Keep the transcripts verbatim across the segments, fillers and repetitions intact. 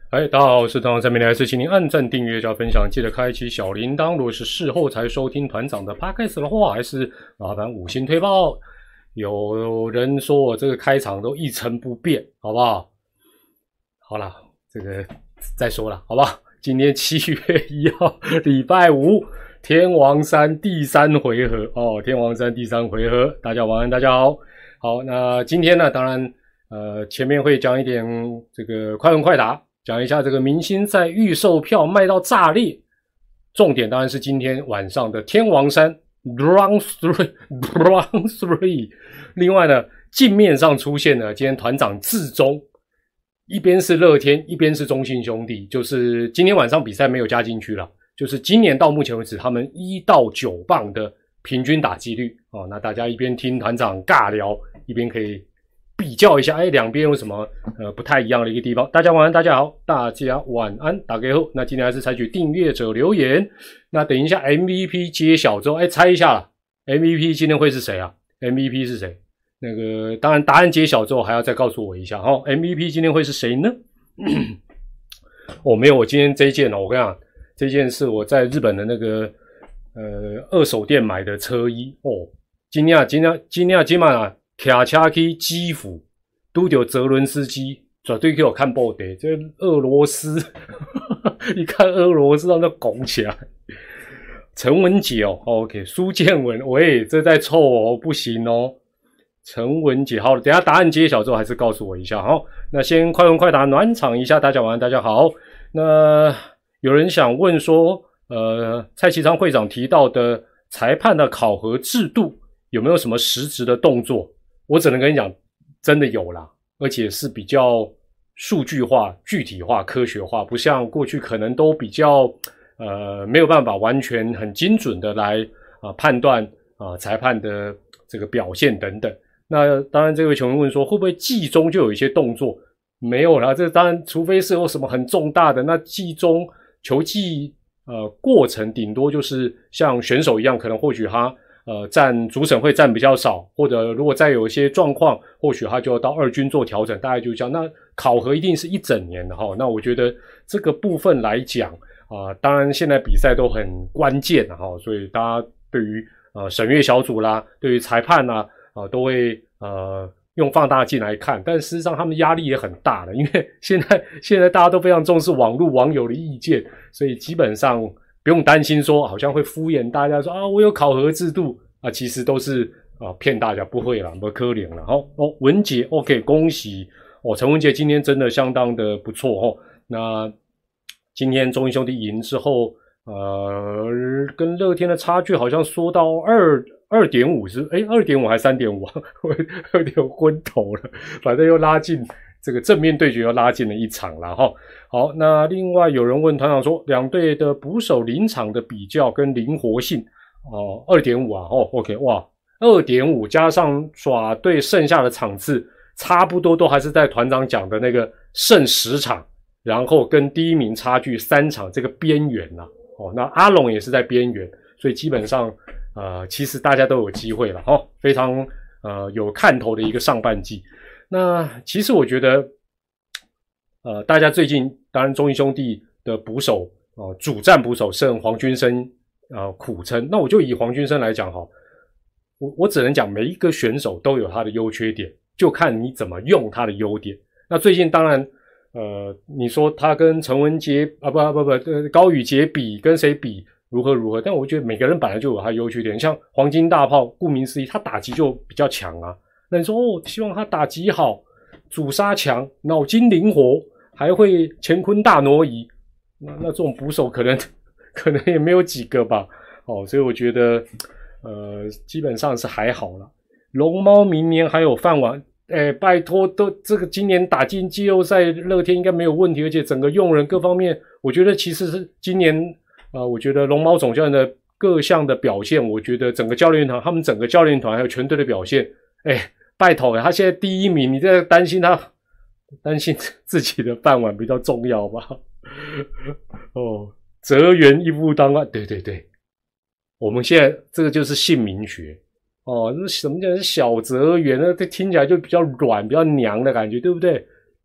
哎，大家好，我是团长陈明来，是请您按赞、订阅加分享，记得开启小铃铛。如果是事后才收听团长的 podcast 的话，还是麻烦五星推爆。有人说我这个开场都一成不变，好不好？好啦，这个再说了，好不好？今天七月一号，礼拜五，天王山第三回合哦，天王山第三回合，大家晚安，大家好。好，那今天呢，当然，呃，前面会讲一点这个快问快答。讲一下这个明星赛预售票卖到炸裂，重点当然是今天晚上的天王山 Round Three Round Three。另外呢，镜面上出现了今天团长至中，一边是乐天，一边是中信兄弟，就是今天晚上比赛没有加进去了，就是今年到目前为止他们一到九棒的平均打击率哦。那大家一边听团长尬聊，一边可以比较一下，哎，两边有什么呃不太一样的一个地方？大家晚安，大家好，大家晚安，大家好。那今天还是采取订阅者留言。那等一下 M V P 揭晓之后，哎，猜一下啦 ，M V P 今天会是谁啊 ？M V P 是谁？那个当然答案揭晓之后还要再告诉我一下哦。M V P 今天会是谁呢？哦，没有，我今天这一件哦，我跟你讲，这件是我在日本的那个呃二手店买的车衣哦。今天啊，今天今天啊，今晚啊。骑车去基辅，拄到泽伦斯基，绝对给我看报的。这俄罗斯，一看俄罗斯，让他拱起来。陈文杰哦 ，OK， 苏建文，喂，这在凑哦，不行哦。陈文杰，好，等一下答案揭晓之后，还是告诉我一下。好，那先快问快答暖场一下，大家晚安，大家好。那有人想问说，呃，蔡其昌会长提到的裁判的考核制度有没有什么实质的动作？我只能跟你讲，真的有啦，而且是比较数据化、具体化、科学化，不像过去可能都比较呃没有办法完全很精准的来啊、呃、判断啊、呃、裁判的这个表现等等。那当然，这位球员问说，会不会季中就有一些动作？没有啦，这当然除非是有什么很重大的，那季中球季呃过程顶多就是像选手一样，可能或许他。呃，占主审会占比较少，或者如果再有一些状况，或许他就要到二军做调整，大概就这样。那考核一定是一整年的哈。那我觉得这个部分来讲啊、呃，当然现在比赛都很关键哈，所以大家对于呃审阅小组啦，对于裁判啦啊、呃，都会呃用放大镜来看。但事实上他们压力也很大的，因为现在现在大家都非常重视网络网友的意见，所以基本上。不用担心说好像会敷衍大家说啊我有考核制度啊，其实都是啊骗大家，不会啦，不可怜啦。好哦，文杰 OK， 恭喜哦，陈文杰今天真的相当的不错哦。那今天中信兄弟赢之后，呃，跟乐天的差距好像缩到二二点五是诶 二点五还是三点五啊？我有点昏头了，反正又拉近。这个正面对决又拉近了一场了哈。好，那另外有人问团长说，两队的捕手临场的比较跟灵活性哦 二点五 啊哦 OK 哇 二点五 加上爪队剩下的场次差不多都还是在团长讲的那个剩十场，然后跟第一名差距三场这个边缘啦哦。那阿龙也是在边缘，所以基本上呃其实大家都有机会了哦，非常呃有看头的一个上半季。那其实我觉得，呃，大家最近当然中信兄弟的捕手啊、呃，主战捕手剩黄君生啊、呃、苦撑。那我就以黄君生来讲哈，我我只能讲每一个选手都有他的优缺点，就看你怎么用他的优点。那最近当然，呃，你说他跟陈文杰啊不不不不高宇杰比，跟谁比如何如何？但我觉得每个人本来就有他的优缺点，像黄金大炮，顾名思义，他打击就比较强啊。那你说哦，希望他打击好，阻杀强，脑筋灵活，还会乾坤大挪移。那那这种捕手可能可能也没有几个吧。哦，所以我觉得呃基本上是还好啦。龙猫明年还有饭碗，哎，拜托，都这个今年打进季后赛，乐天应该没有问题，而且整个用人各方面，我觉得其实是今年啊、呃，我觉得龙猫总教练的各项的表现，我觉得整个教练团，他们整个教练团还有全队的表现，哎。拜托，他现在第一名，你在担心他，担心自己的饭碗比较重要吧？哦，泽源一夫当关，对对对，我们现在这个就是姓名学哦。那什么叫小泽源呢？这听起来就比较软、比较娘的感觉，对不对？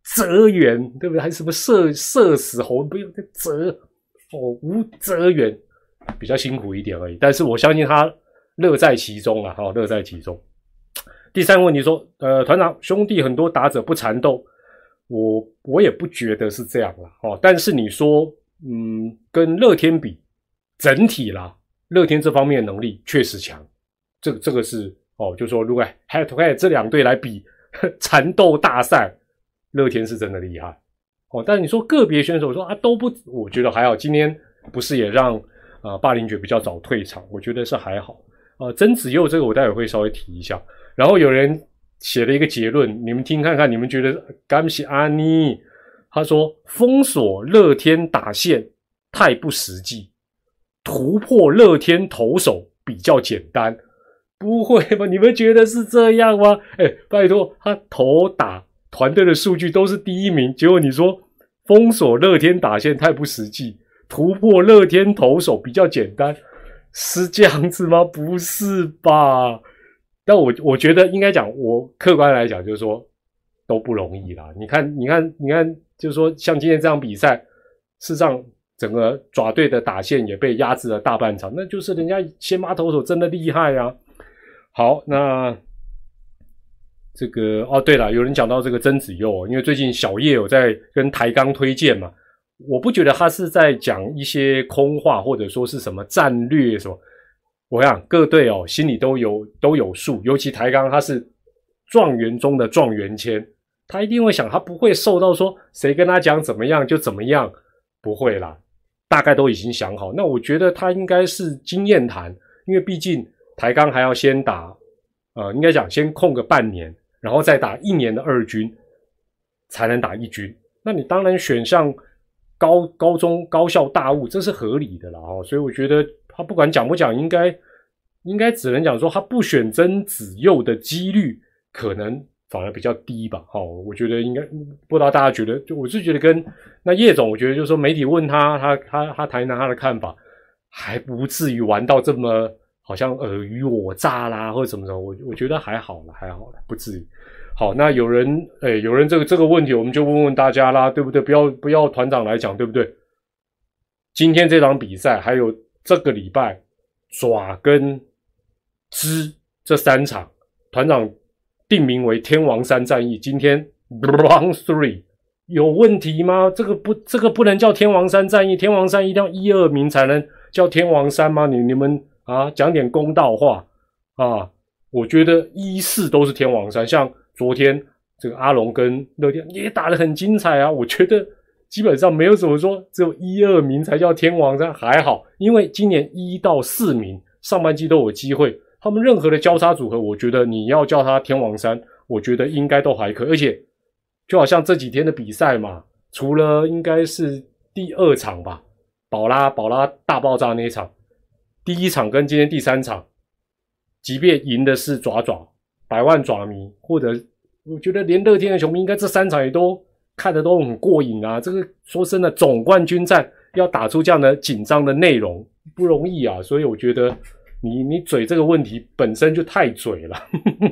泽源，对不对？还是什么射射死猴，不用泽哦，吴泽源比较辛苦一点而已，但是我相信他乐在其中啊，好、哦，乐在其中。第三个问题说，呃，团长兄弟很多打者不缠斗，我我也不觉得是这样啦，哦，但是你说，嗯，跟乐天比，整体啦，乐天这方面的能力确实强，这个这个是哦，就说如果 head to head 这两队来比缠斗大赛，乐天是真的厉害哦。但你说个别选手说啊都不，我觉得还好。今天不是也让啊、呃、霸凌爵比较早退场，我觉得是还好。呃，曾子佑这个我待会会稍微提一下。然后有人写了一个结论，你们听看看，你们觉得甘喜阿尼？他说封锁乐天打线太不实际，突破乐天投手比较简单。不会吧？你们觉得是这样吗？哎，拜托，他投打团队的数据都是第一名，结果你说封锁乐天打线太不实际，突破乐天投手比较简单，是这样子吗？不是吧？但我我觉得应该讲，我客观来讲，就是说都不容易啦。你看，你看，你看，就是说像今天这场比赛，事实上整个爪队的打线也被压制了大半场，那就是人家先发投手真的厉害啊。好，那这个哦，对了，有人讲到这个曾子佑，因为最近小叶有在跟台钢推荐嘛，我不觉得他是在讲一些空话，或者说是什么战略什么。我想各队哦心里都有都有数，尤其台钢他是状元中的状元签，他一定会想，他不会受到说谁跟他讲怎么样就怎么样，不会啦，大概都已经想好。那我觉得他应该是经验谈，因为毕竟台钢还要先打，呃，应该讲先空个半年，然后再打一年的二军，才能打一军。那你当然选上高高中高校大物，这是合理的啦哦。所以我觉得他不管讲不讲，应该应该只能讲说他不选曾子佑的几率可能反而比较低吧。哦，我觉得应该不知道大家觉得，就我是觉得跟那叶总，我觉得就是说媒体问他，他他他谈一谈他的看法，还不至于玩到这么好像尔虞我诈啦，或者什么什么，我我觉得还好了，还好了，不至于。好，那有人诶，有人这个这个问题，我们就问问大家啦，对不对？不要不要团长来讲，对不对？今天这场比赛，还有这个礼拜爪跟支这三场，团长定名为天王山战役。今天 round three 有问题吗？这个不这个不能叫天王山战役，天王山一定要一二名才能叫天王山吗？你你们啊讲点公道话啊！我觉得一四都是天王山，像昨天这个阿龙跟乐天也打得很精彩啊，我觉得基本上没有什么说只有一二名才叫天王山，还好，因为今年一到四名上半季都有机会，他们任何的交叉组合，我觉得你要叫他天王山，我觉得应该都还可以，而且就好像这几天的比赛嘛，除了应该是第二场吧，宝拉宝拉大爆炸那一场，第一场跟今天第三场，即便赢的是爪爪百万爪迷，或者我觉得连乐天的球迷应该这三场也都看得都很过瘾啊。这个说真的，总冠军战要打出这样的紧张的内容不容易啊，所以我觉得你你嘴这个问题本身就太嘴了。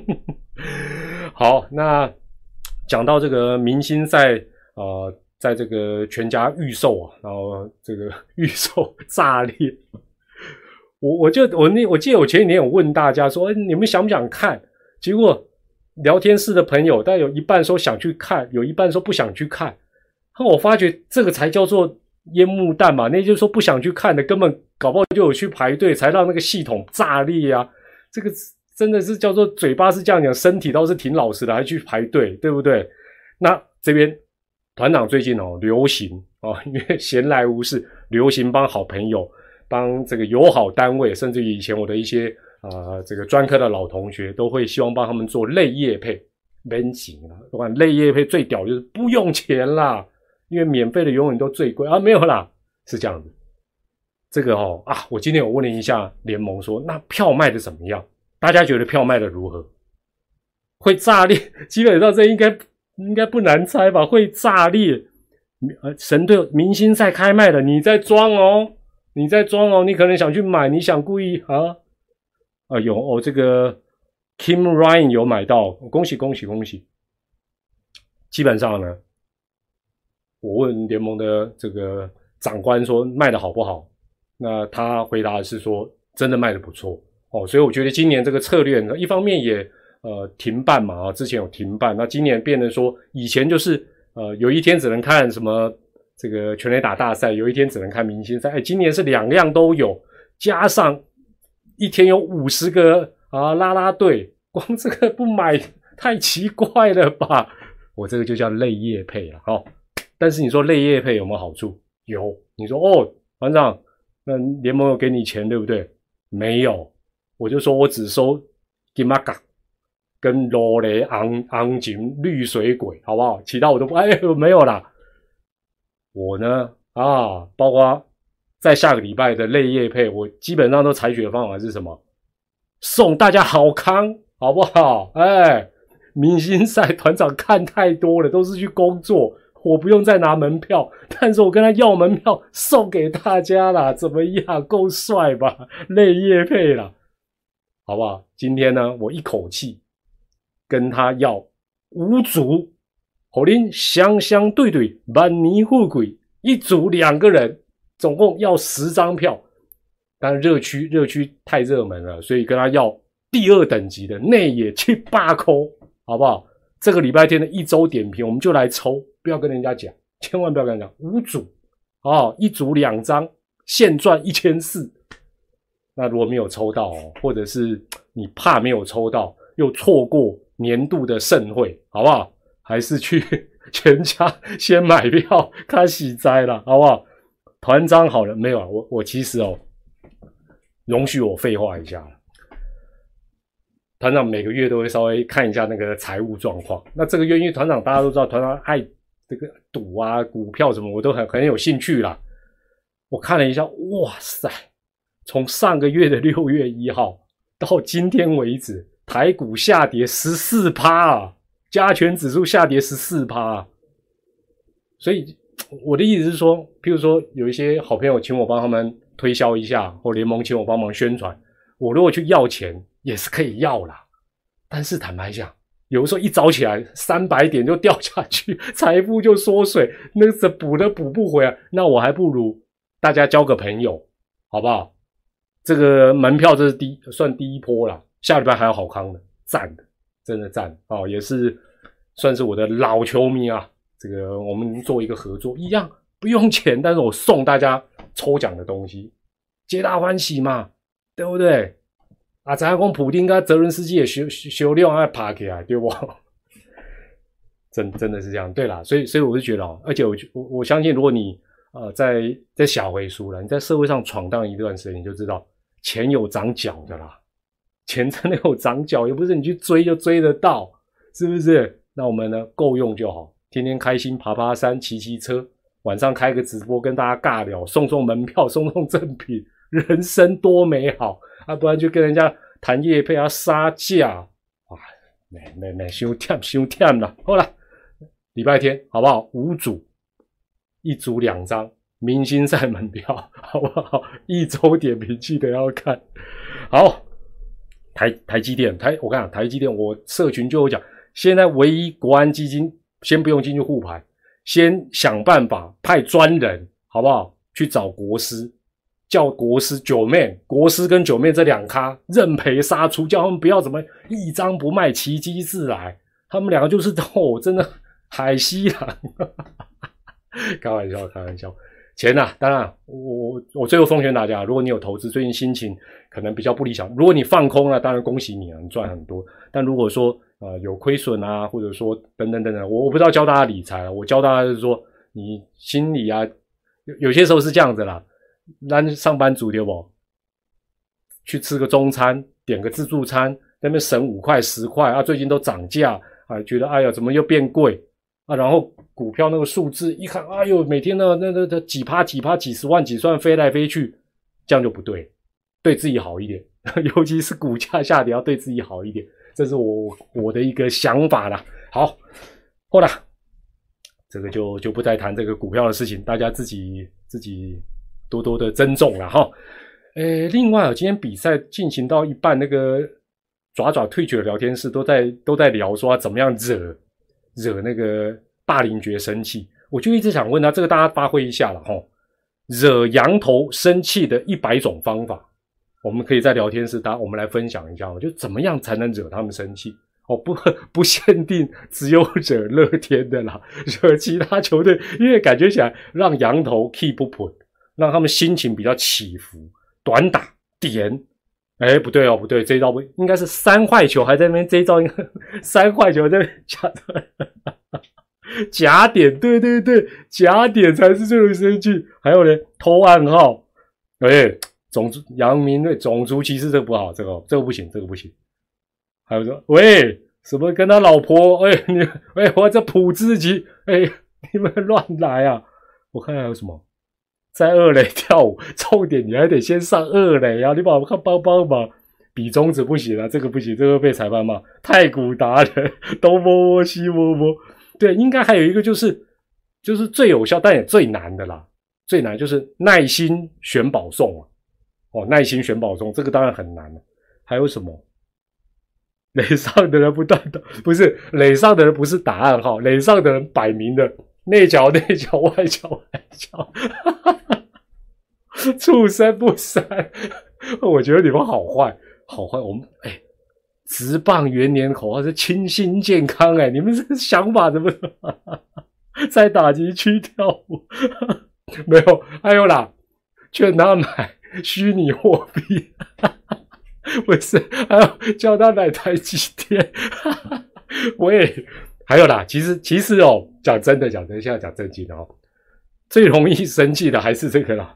好，那讲到这个明星赛呃在这个全家预售啊，然后这个预售炸裂，我我就我那我记得我前几年有问大家说，你们想不想看？结果聊天室的朋友，但有一半说想去看，有一半说不想去看。那我发觉这个才叫做烟幕弹嘛，那就是说不想去看的，根本搞不好就有去排队，才让那个系统炸裂啊！这个真的是叫做嘴巴是这样讲，身体倒是挺老实的，还去排队，对不对？那这边团长最近哦流行哦，因为闲来无事，流行帮好朋友、帮这个友好单位，甚至于以前我的一些啊、呃、这个专科的老同学，都会希望帮他们做类业配。免钱啦，我看类业配最屌就是不用钱啦，因为免费的永远都最贵啊，没有啦，是这样子。这个哦啊，我今天我问了一下联盟说，那票卖的怎么样？大家觉得票卖的如何？会炸裂？基本上这应该应该不难猜吧？会炸裂。呃，神队明星赛开卖了，你在装哦，你在装哦，你可能想去买，你想故意啊啊有哦这个。Kim Ryan 有买到，恭喜恭喜恭喜！基本上呢， 我问联盟的这个长官说卖的好不好，那他回答的是说真的卖的不错哦，所以我觉得今年这个策略呢，一方面也呃停办嘛，之前有停办，那今年变成说以前就是呃有一天只能看什么这个全垒打大赛，有一天只能看明星赛，哎，今年是两样都有，加上一天有五十个啊啦啦队，光这个不买太奇怪了吧？我这个就叫类业配了哦。但是你说类业配有没有好处？有。你说哦，团长，那联盟有给你钱对不对？没有，我就说我只收金马港跟罗雷昂昂金绿水鬼，好不好？其他我都不哎没有啦。我呢啊，包括在下个礼拜的类业配，我基本上都采取的方法是什么？送大家好康，好不好？哎，明星赛团长看太多了，都是去工作，我不用再拿门票，但是我跟他要门票送给大家啦，怎么样？够帅吧？类业配啦，好不好？今天呢，我一口气跟他要五组，好恁相相对对，万年富贵，一组两个人，总共要十张票。但热区热区太热门了，所以跟他要第二等级的内野七八扣，好不好？这个礼拜天的一周点评，我们就来抽，不要跟人家讲，千万不要跟人家讲，五组哦，一组两张，现赚一千四。那如果没有抽到哦，或者是你怕没有抽到，又错过年度的盛会，好不好？还是去全家先买票，看喜灾了，好不好？团长好了没有啊？我我其实哦。容许我废话一下，团长每个月都会稍微看一下那个财务状况。那这个月因为团长大家都知道，团长爱这个赌啊、股票什么，我都很很有兴趣啦。我看了一下，哇塞，从上个月的六月一号到今天为止，台股下跌 百分之十四 啊，加权指数下跌 百分之十四 啊。所以我的意思是说，譬如说有一些好朋友请我帮他们推销一下，或联盟请我帮忙宣传，我如果去要钱也是可以要啦。但是坦白讲，有的时候一早起来三百点就掉下去，财富就缩水，那个补都补不回来，那我还不如大家交个朋友，好不好？这个门票这是第算第一波啦，下礼拜还有好康的，赞的，真的赞哦，也是算是我的老球迷啊。这个我们做一个合作，一样不用钱，但是我送大家抽奖的东西，皆大欢喜嘛，对不对？啊，咱讲普丁跟泽伦斯基也修修炼爱爬起来，对不？真真的是这样，对啦，所以所以我就觉得哦，而且我我我相信，如果你呃在在小回书了，你在社会上闯荡一段时间，你就知道钱有长脚的啦，钱真的有长脚，也不是你去追就追得到，是不是？那我们呢够用就好。天天开心爬爬山骑骑车，晚上开个直播跟大家尬聊，送送门票送送赠品，人生多美好啊！不然就跟人家谈业配啊杀价，哇，没没没伤忝伤忝啦。好啦，礼拜天好不好？五组，一组两张明星赛门票，好不好？一周点评记得要看。好，台台积电台，我跟你讲，台积电我社群就有讲，现在唯一国安基金。先不用进去护盘，先想办法派专人，好不好？去找国师，叫国师九妹，国师跟九妹这两咖认赔杀出，叫他们不要怎么一张不卖，奇迹自来。他们两个就是哦，真的海西郎，开玩笑，开玩笑。钱啊，当然，我我我最后奉劝大家，如果你有投资，最近心情可能比较不理想，如果你放空了，当然恭喜你啊，你赚很多。但如果说呃有亏损啊，或者说等等等等，我我不知道教大家理财啊，我教大家就是说，你心里啊，有有些时候是这样子啦，咱上班族对不？去吃个中餐，点个自助餐，那边省五块十块啊，最近都涨价啊，觉得哎呀怎么又变贵啊，然后股票那个数字一看，哎呦，每天的那那那几趴几趴几十万几十万飞来飞去，这样就不对，对自己好一点，尤其是股价下跌要对自己好一点，这是我我的一个想法啦。好，后来这个就就不再谈这个股票的事情，大家自己自己多多的珍重啦齁。诶，另外啊，今天比赛进行到一半，那个爪爪退局的聊天室都在都在聊说怎么样惹惹那个霸凌爵生气。 我就一直想问他，这个大家发挥一下了齁，惹羊头生气的一百种方法，我们可以在聊天室大家我们来分享一下，就怎么样才能惹他们生气。哦，不不限定只有惹乐天的啦，惹其他球队，因为感觉起来让羊头 keep 不稳，让他们心情比较起伏，短打点，哎，不对哦，不对，这一招不应该是三坏球，还在那边这一招应该三坏球在那边假的假点，对对对，假点才是最容易生气。还有呢，偷暗号，哎，种族阳明对种族歧视这个不好，这个这个不行，这个不行。还有说，喂，什么跟他老婆，哎，你，哎，我这普自己，哎，你们乱来啊！我看还有什么，在二垒跳舞，重点你还得先上二垒啊！你把我看帮帮忙，比中指不行啊，这个不行，这个被裁判骂。太古达人，东摸摸西摸摸，对，应该还有一个就是，就是最有效但也最难的啦，最难就是耐心选保送啊！哦，耐心选保送，这个当然很难了。还有什么？垒上的人不断的，不是垒上的人不是打暗号，垒上的人摆明的内角内角外角外角，畜生不删。我觉得你们好坏好坏，我们哎，职棒元年口号是清新健康哎，你们这个想法怎么在打击区跳舞？没有，还有啦，劝他买虚拟货币。不是，还有叫他买台积电。喂，还有啦，其实其实哦，讲真的，讲真的，现在讲正经的哦，最容易生气的还是这个啦。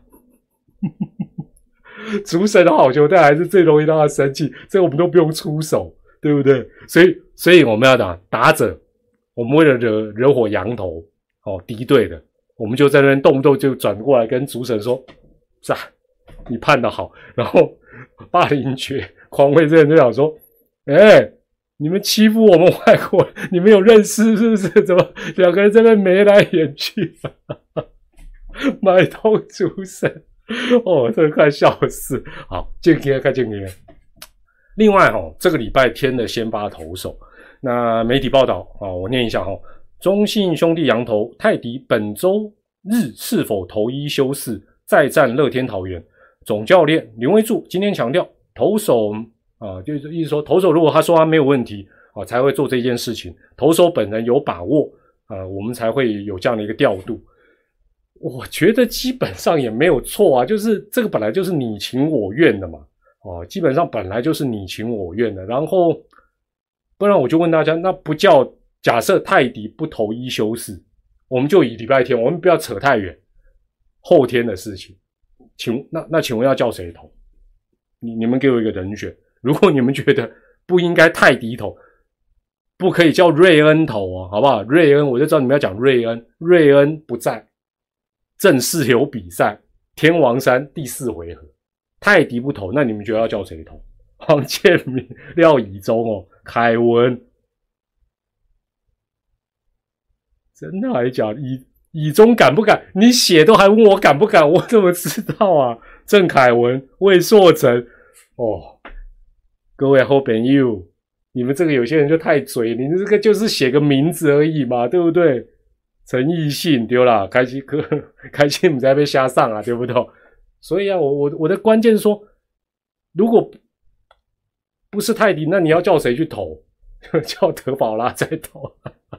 主审的好球带还是最容易让他生气，这个我们都不用出手，对不对？所以，所以我们要打打者，我们为了惹惹火羊头哦，敌对的，我们就在那边动不动就转过来跟主审说：“是啊，你判得好。”然后。霸凌爵狂威这人就想说，哎、欸，你们欺负我们外国人，你们有认识是不是？怎么两个人在那眉来眼去，买通主审，哦，这个快笑死！好，健康看健康。另外哈、哦，这个礼拜天的先发投手，那媒体报道啊、哦，我念一下哈、哦，中信兄弟洋投泰迪本周日是否投一休四，再战乐天桃园。总教练林威助今天强调，投手啊，就是意思说，投手如果他说他没有问题啊，才会做这件事情。投手本人有把握啊，我们才会有这样的一个调度。我觉得基本上也没有错啊，就是这个本来就是你情我愿的嘛，哦、啊，基本上本来就是你情我愿的。然后，不然我就问大家，那不叫假设泰迪不投一休四，我们就以礼拜天，我们不要扯太远，后天的事情。请那那请问要叫谁投？你你们给我一个人选。如果你们觉得不应该泰迪投，不可以叫瑞恩投啊，好不好？瑞恩我就知道你们要讲瑞恩，瑞恩不在，正式有比赛，天王山第四回合，泰迪不投，那你们觉得要叫谁投？黄建民、廖以中哦，凯文，真的还假的？以以中敢不敢？你写都还问我敢不敢，我怎么知道啊？郑凯文、魏硕成，哦，各位好朋友，你们这个有些人就太嘴，你这个就是写个名字而已嘛，对不对？陈奕迅对啦，开心哥，开心不在被瞎上啊，对不对？所以啊，我我我的关键是说，如果不是泰迪，那你要叫谁去投？叫德保拉再投。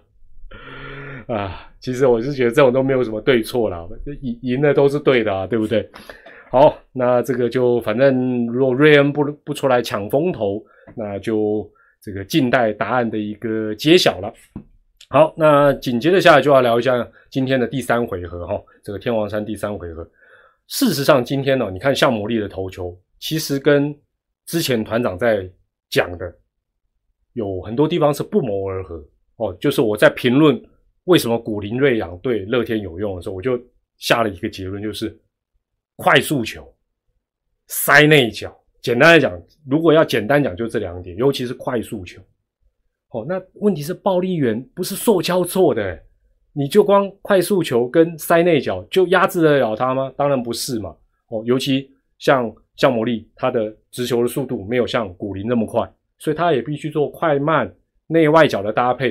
啊，其实我是觉得这种都没有什么对错啦，赢赢的都是对的啊，对不对？好，那这个就反正如果瑞恩不不出来抢风头，那就这个静待答案的一个揭晓了。好，那紧接着下来就要聊一下今天的第三回合齁，这个天王山第三回合。事实上今天呢、哦，你看向魔力的投球，其实跟之前团长在讲的有很多地方是不谋而合哦，就是我在评论为什么古林睿煬对乐天有用的时候，我就下了一个结论，就是快速球、塞内角。简单来讲，如果要简单讲，就这两点，尤其是快速球。哦，那问题是暴力员不是塑胶做的，你就光快速球跟塞内角就压制得了他吗？当然不是嘛。哦，尤其像向魔力，他的直球的速度没有像古林那么快，所以他也必须做快慢内外角的搭配。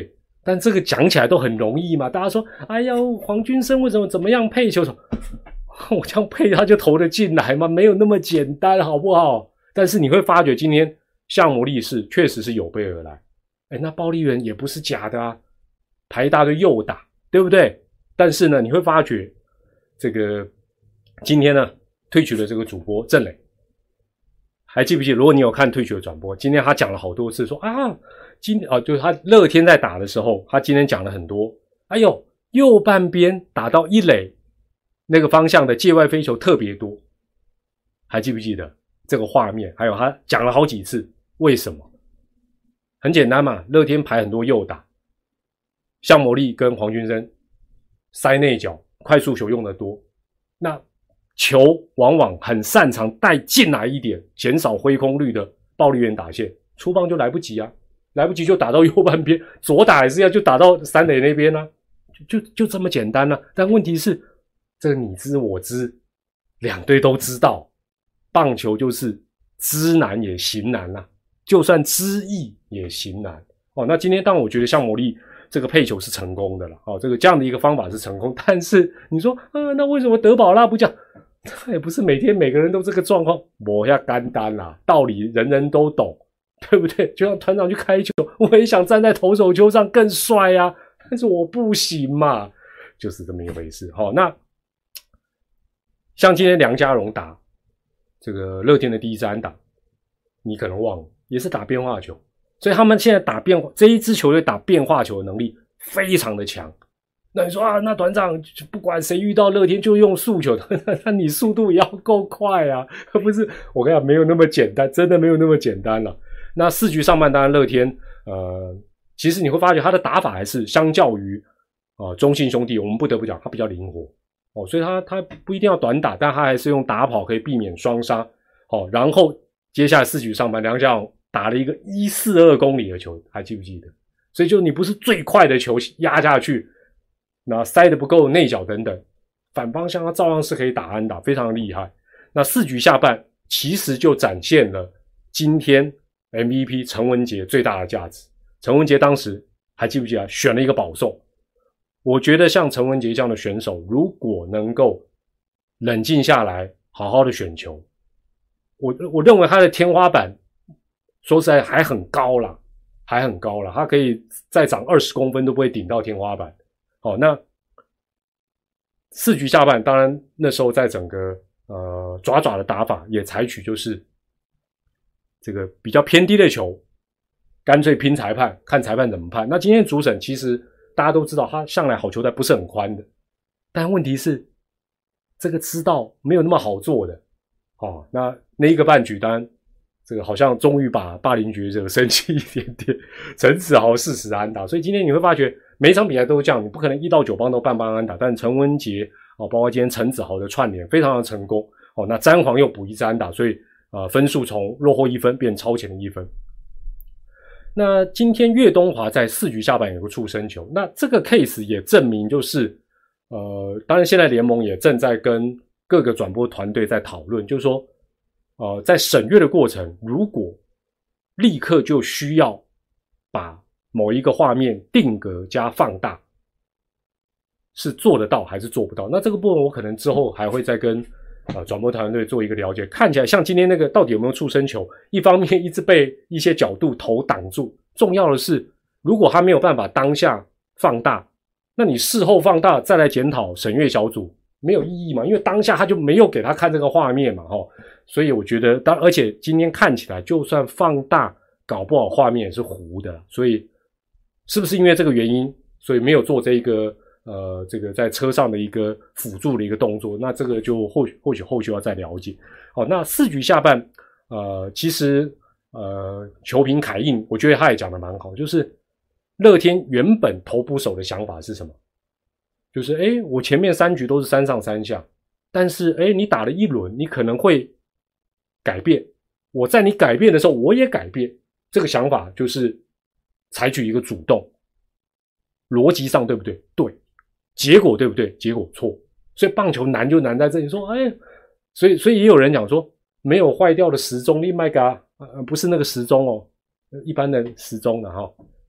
但这个讲起来都很容易嘛，大家说哎呀黄君生为什么怎么样配球，我这样配他就投得进来吗？没有那么简单好不好？但是你会发觉今天项目力士确实是有备而来，哎，那暴力员也不是假的啊，排一大堆右打，对不对？但是呢，你会发觉这个今天呢退取的这个主播郑磊，还记不记得？如果你有看退取的转播，今天他讲了好多次说啊，今啊就是他乐天在打的时候，他今天讲了很多，哎呦，右半边打到一垒那个方向的界外飞球特别多，还记不记得这个画面？还有他讲了好几次，为什么？很简单嘛，乐天排很多右打，向魔力跟黄君生塞内角快速球用的多，那球往往很擅长带进来一点，减少挥空率的暴力员打线，出棒就来不及啊，来不及就打到右半边，左打还是要就打到三垒那边啊，就就就这么简单啊。但问题是，这个你知我知，两队都知道，棒球就是知难也行难啊，就算知易也行难哦。那今天当然我觉得像魔力这个配球是成功的了哦，这个这样的一个方法是成功，但是你说啊，那为什么德保拉不讲？他也不是每天每个人都这个状况，抹下干单啦，道理人人都懂，对不对？就像团长去开球，我也想站在投手丘上更帅啊，但是我不行嘛，就是这么一回事。好、哦，那像今天梁家荣打这个乐天的第一支安打，你可能忘了，也是打变化球，所以他们现在打变化这一支球队打变化球的能力非常的强。那你说啊，那团长不管谁遇到乐天就用速球，那你速度也要够快啊，不是？我跟你讲，没有那么简单，真的没有那么简单了。那四局上半，当然乐天，呃，其实你会发觉他的打法还是相较于啊、呃、中信兄弟，我们不得不讲他比较灵活哦，所以他他不一定要短打，但他还是用打跑可以避免双杀哦。然后接下来四局上半，梁家荣打了一个一百四十二公里的球，还记不记得？所以就你不是最快的球压下去。那塞得不够内角等等，反方向他照样是可以打安打，非常厉害。那四局下半其实就展现了今天 M V P 陈文杰最大的价值。陈文杰当时还记不记得选了一个保送？我觉得像陈文杰这样的选手，如果能够冷静下来，好好的选球，我我认为他的天花板说实在还很高啦，还很高啦，他可以再长二十公分都不会顶到天花板。哦，那四局下半，当然那时候在整个呃爪爪的打法也采取就是这个比较偏低的球，干脆拼裁判，看裁判怎么判。那今天主审其实大家都知道，他向来好球带不是很宽的，但问题是这个知道没有那么好做的。哦，那那一个半局，当然这个好像终于把霸凌局惹生气一点点，陈子豪四十安打，所以今天你会发觉。每一场比赛都是这样，你不可能一到九棒都半棒安打，但陈文杰哦，包括今天陈子豪的串联非常的成功哦。那詹皇又补一支安打，所以呃分数从落后一分变超前的一分。那今天岳东华在四局下半有个触身球，那这个 case 也证明就是呃，当然现在联盟也正在跟各个转播团队在讨论，就是说呃，在审阅的过程，如果立刻就需要把某一个画面定格加放大，是做得到还是做不到？那这个部分我可能之后还会再跟呃转播团队做一个了解。看起来像今天那个到底有没有触身球，一方面一直被一些角度头挡住，重要的是如果他没有办法当下放大，那你事后放大再来检讨审阅小组没有意义嘛？因为当下他就没有给他看这个画面嘛，齁，所以我觉得当而且今天看起来就算放大，搞不好画面也是糊的，所以。是不是因为这个原因，所以没有做这一个呃这个在车上的一个辅助的一个动作？那这个就或许或许后续要再了解。好，那四局下半，呃，其实呃球评凯印，我觉得他也讲的蛮好，就是乐天原本投捕手的想法是什么？就是诶我前面三局都是三上三下，但是诶你打了一轮，你可能会改变。我在你改变的时候，我也改变。这个想法就是。采取一个主动，逻辑上对不对？对，结果对不对？结果错，所以棒球难就难在这里。说，哎，所以所以也有人讲说，没有坏掉的时钟，另外一个、呃、不是那个时钟哦，一般的时钟的哈。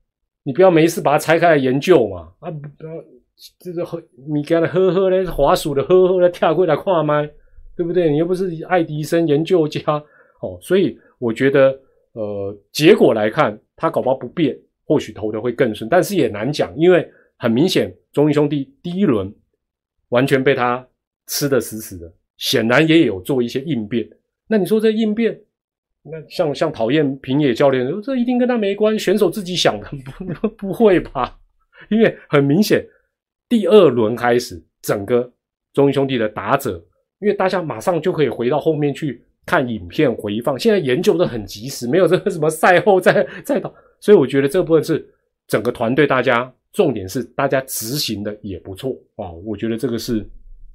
你不要没事把它拆开来研究嘛，啊，不要这个喝你给他喝喝嘞，滑鼠的喝喝嘞，跳过来看麦，对不对？你又不是爱迪生研究家哦，所以我觉得呃，结果来看，他搞不好不变，或许投的会更顺，但是也难讲，因为很明显，中英兄弟第一轮完全被他吃得死死的，显然也有做一些应变。那你说这应变，那像像讨厌平野教练，这一定跟他没关，选手自己想的，不不会吧？因为很明显，第二轮开始，整个中英兄弟的打者，因为大家马上就可以回到后面去看影片回放，现在研究的很及时，没有这个什么赛后再再导，所以我觉得这部分是整个团队大家。重点是大家执行的也不错啊，我觉得这个是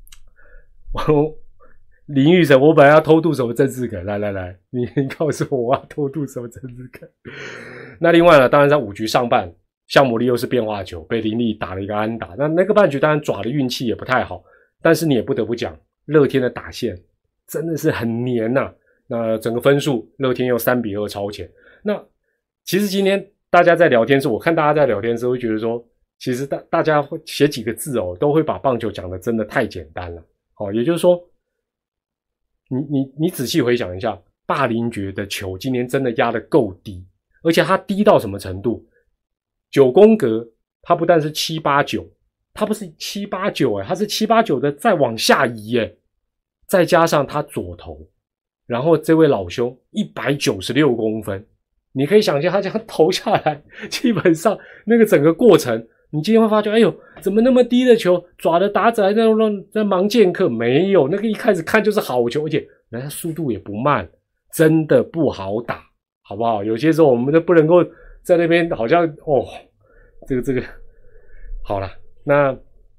林玉成，我本来要偷渡什么政治梗，来来来，你告诉我我要偷渡什么政治梗。那另外呢，当然在五局上半，项魔力又是变化球，被林立打了一个安打，那那个半局当然爪的运气也不太好，但是你也不得不讲，乐天的打线真的是很黏呐、啊。那整个分数，乐天又三比二超前。那其实今天。大家在聊天时，我看大家在聊天时会觉得说，其实大大家会写几个字哦，都会把棒球讲的真的太简单了。哦，也就是说，你你你仔细回想一下，霸凌爵的球今年真的压得够低，而且它低到什么程度？九宫格它不但是七八九，它不是七八九诶，它是七八九的再往下移诶，再加上他左投，然后这位老兄一百九十六公分。你可以想象他这样投下来，基本上那个整个过程，你今天会发觉，哎呦，怎么那么低的球，爪的打者还在那在忙剑客？没有，那个一开始看就是好球，而且人家速度也不慢，真的不好打，好不好？有些时候我们都不能够在那边好像哦，这个这个好了。那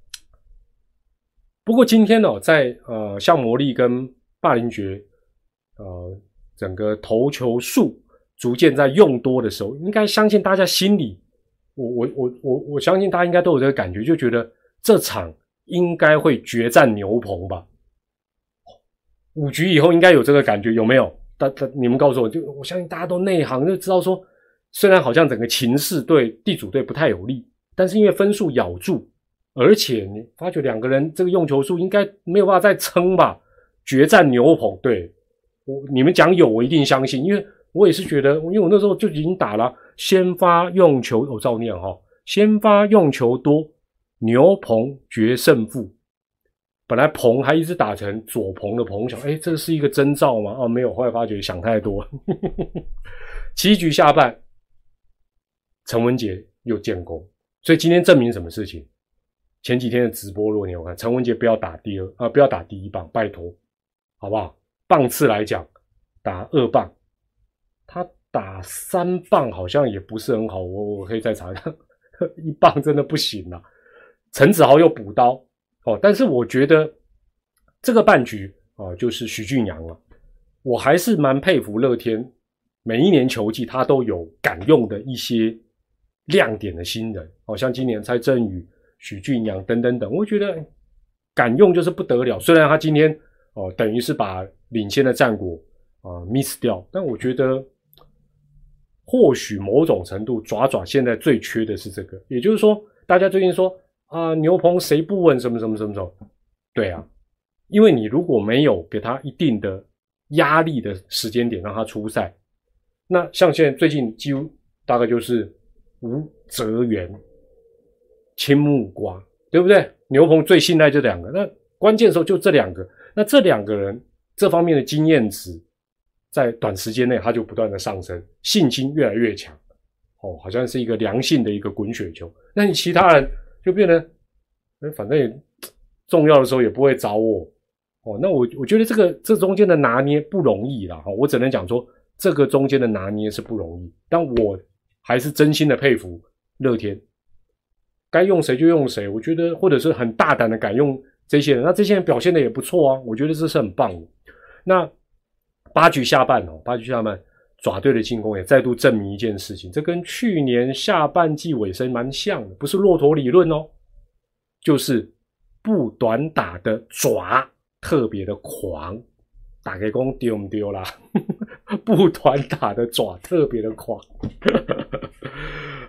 不过今天哦，在呃像魔力跟霸凌爵，呃整个投球数。逐渐在用多的时候，应该相信大家心里，我我我我我相信大家应该都有这个感觉，就觉得这场应该会决战牛棚吧。五局以后应该有这个感觉，有没有？大大你们告诉我，就我相信大家都内行，就知道说，虽然好像整个情势对地主队不太有利，但是因为分数咬住，而且你发觉两个人这个用球数应该没有办法再撑吧？决战牛棚，对我你们讲有，我一定相信，因为。我也是觉得，因为我那时候就已经打了先发用球，我、哦、照念哈，先发用球多，牛棚决胜负。本来棚还一直打成左棚的棚，想，哎，这是一个征兆吗？哦，没有，后来发觉想太多。七局下半，陈文杰又建功，所以今天证明什么事情？前几天的直播，如果你有看，陈文杰不要打第二啊、呃，不要打第一棒，拜托，好不好？棒次来讲，打二棒。他打三棒好像也不是很好，我我可以再查一下，一棒真的不行了。陈子豪又补刀哦，但是我觉得这个半局啊、哦，就是许峻阳了，我还是蛮佩服乐天，每一年球季他都有敢用的一些亮点的新人，好、哦、像今年蔡振宇、许峻阳等等等，我觉得敢用就是不得了。虽然他今天哦等于是把领先的战果啊、呃、miss 掉，但我觉得。或许某种程度，爪爪现在最缺的是这个，也就是说，大家最近说啊，牛棚谁不稳，什么什么什么什么，对啊，因为你如果没有给他一定的压力的时间点让他出赛，那像现在最近几乎大概就是吴哲源、青木瓜，对不对？牛棚最信赖这两个，那关键时候就这两个，那这两个人这方面的经验值。在短时间内，他就不断的上升，信心越来越强，哦，好像是一个良性的一个滚雪球。那你其他人就变得，反正也重要的时候也不会找我，哦，那我我觉得这个这中间的拿捏不容易啦，我只能讲说这个中间的拿捏是不容易，但我还是真心的佩服乐天，该用谁就用谁，我觉得或者是很大胆的敢用这些人，那这些人表现的也不错啊，我觉得这是很棒的。那八局下半哦，八局下半，爪队的进攻也再度证明一件事情，这跟去年下半季尾声蛮像的，不是骆驼理论哦，就是不短打的爪特别的狂，打给公丢不丢啦？不短打的爪特别的狂。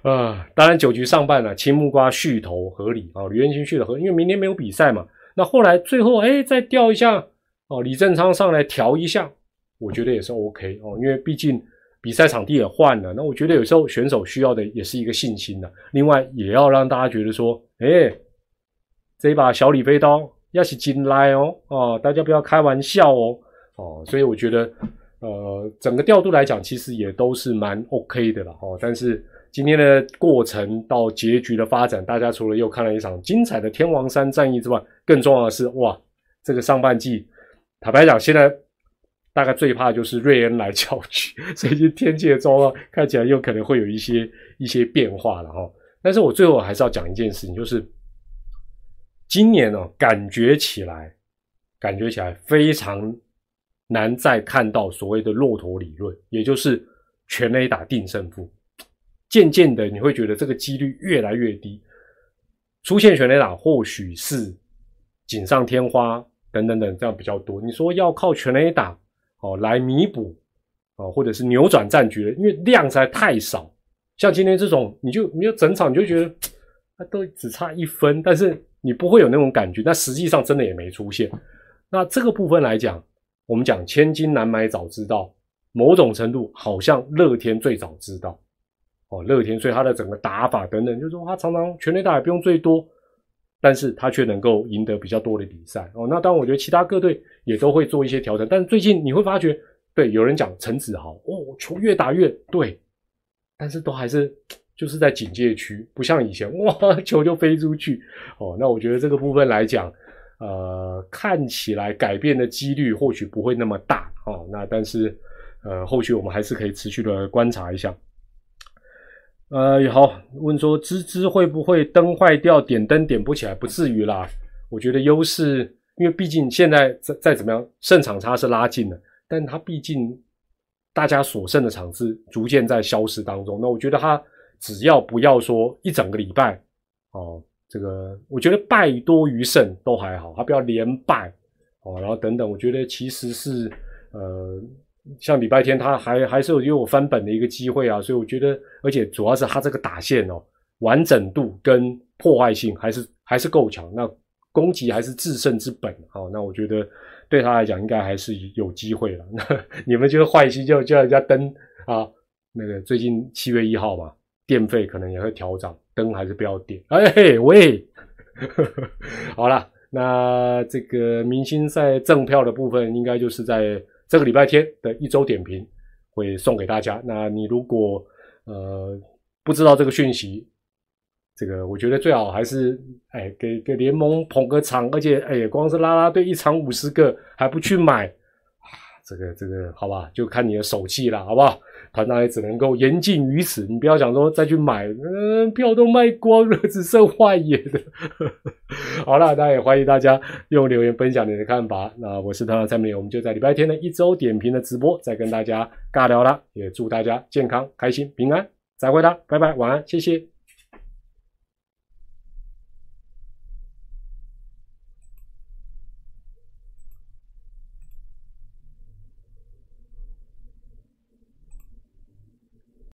呃，当然九局上半了，青木瓜续投合理啊，吕彦青续投合理，因为明天没有比赛嘛。那后来最后哎再调一下哦，李正昌上来调一下，我觉得也是 OK 哦，因为毕竟比赛场地也换了，那我觉得有时候选手需要的也是一个信心的，另外也要让大家觉得说，哎，这一把小李飞刀要是进来哦，哦，大家不要开玩笑哦，哦，所以我觉得呃整个调度来讲，其实也都是蛮 OK 的啦哦，但是今天的过程到结局的发展，大家除了又看了一场精彩的天王山战役之外，更重要的是，哇，这个上半季，坦白讲，现在大概最怕就是瑞恩来搅局，所以天气的状况看起来又可能会有一些一些变化了哈。但是我最后还是要讲一件事情，就是今年哦，感觉起来，感觉起来非常难再看到所谓的骆驼理论，也就是全垒打定胜负。渐渐的你会觉得这个几率越来越低，出现全垒打或许是锦上添花等等等这样比较多。你说要靠全垒打哦来弥补哦，或者是扭转战局的，因为量实在太少。像今天这种，你就你就整场你就觉得它都只差一分，但是你不会有那种感觉，但实际上真的也没出现。那这个部分来讲，我们讲千金难买早知道，某种程度好像乐天最早知道。哦，乐天，所以他的整个打法等等，就是说他常常全垒打也不用最多，但是他却能够赢得比较多的比赛。哦，那当然我觉得其他各队也都会做一些调整，但是最近你会发觉，对，有人讲陈子豪，哦，球越打越对，但是都还是就是在警戒区，不像以前，哇，球就飞出去。哦，那我觉得这个部分来讲，呃，看起来改变的几率或许不会那么大。哦，那但是呃，后续我们还是可以持续的观察一下。呃，好，问说芝芝会不会灯坏掉，点灯点不起来？不至于啦。我觉得优势，因为毕竟现在再再怎么样，胜场差是拉近了，但它毕竟大家所剩的场次逐渐在消失当中。那我觉得它只要不要说一整个礼拜哦，这个我觉得败多于胜都还好，它不要连败哦，然后等等，我觉得其实是呃。像礼拜天他还还是有有翻本的一个机会啊，所以我觉得，而且主要是他这个打线哦，完整度跟破坏性还是还是够强，那攻击还是制胜之本。好，那我觉得对他来讲应该还是有机会了。那你们觉得坏心就叫人家灯啊，那个最近七月一号嘛，电费可能也会调涨，灯还是不要点。哎嘿喂，好啦，那这个明星赛赠票的部分应该就是在这个礼拜天的一周点评会送给大家。那你如果呃不知道这个讯息，这个我觉得最好还是哎给给联盟捧个场，而且哎光是啦啦队一场五十个还不去买啊，这个这个好吧，就看你的手气啦，好不好？团长也只能够言尽于此，你不要想说再去买，嗯，票都卖光了，只剩坏眼的。好啦，那也欢迎大家用留言分享你的看法。那我是团长蔡明，我们就在礼拜天的一周点评的直播再跟大家尬聊啦，也祝大家健康、开心、平安，再会啦，拜拜，晚安，谢谢。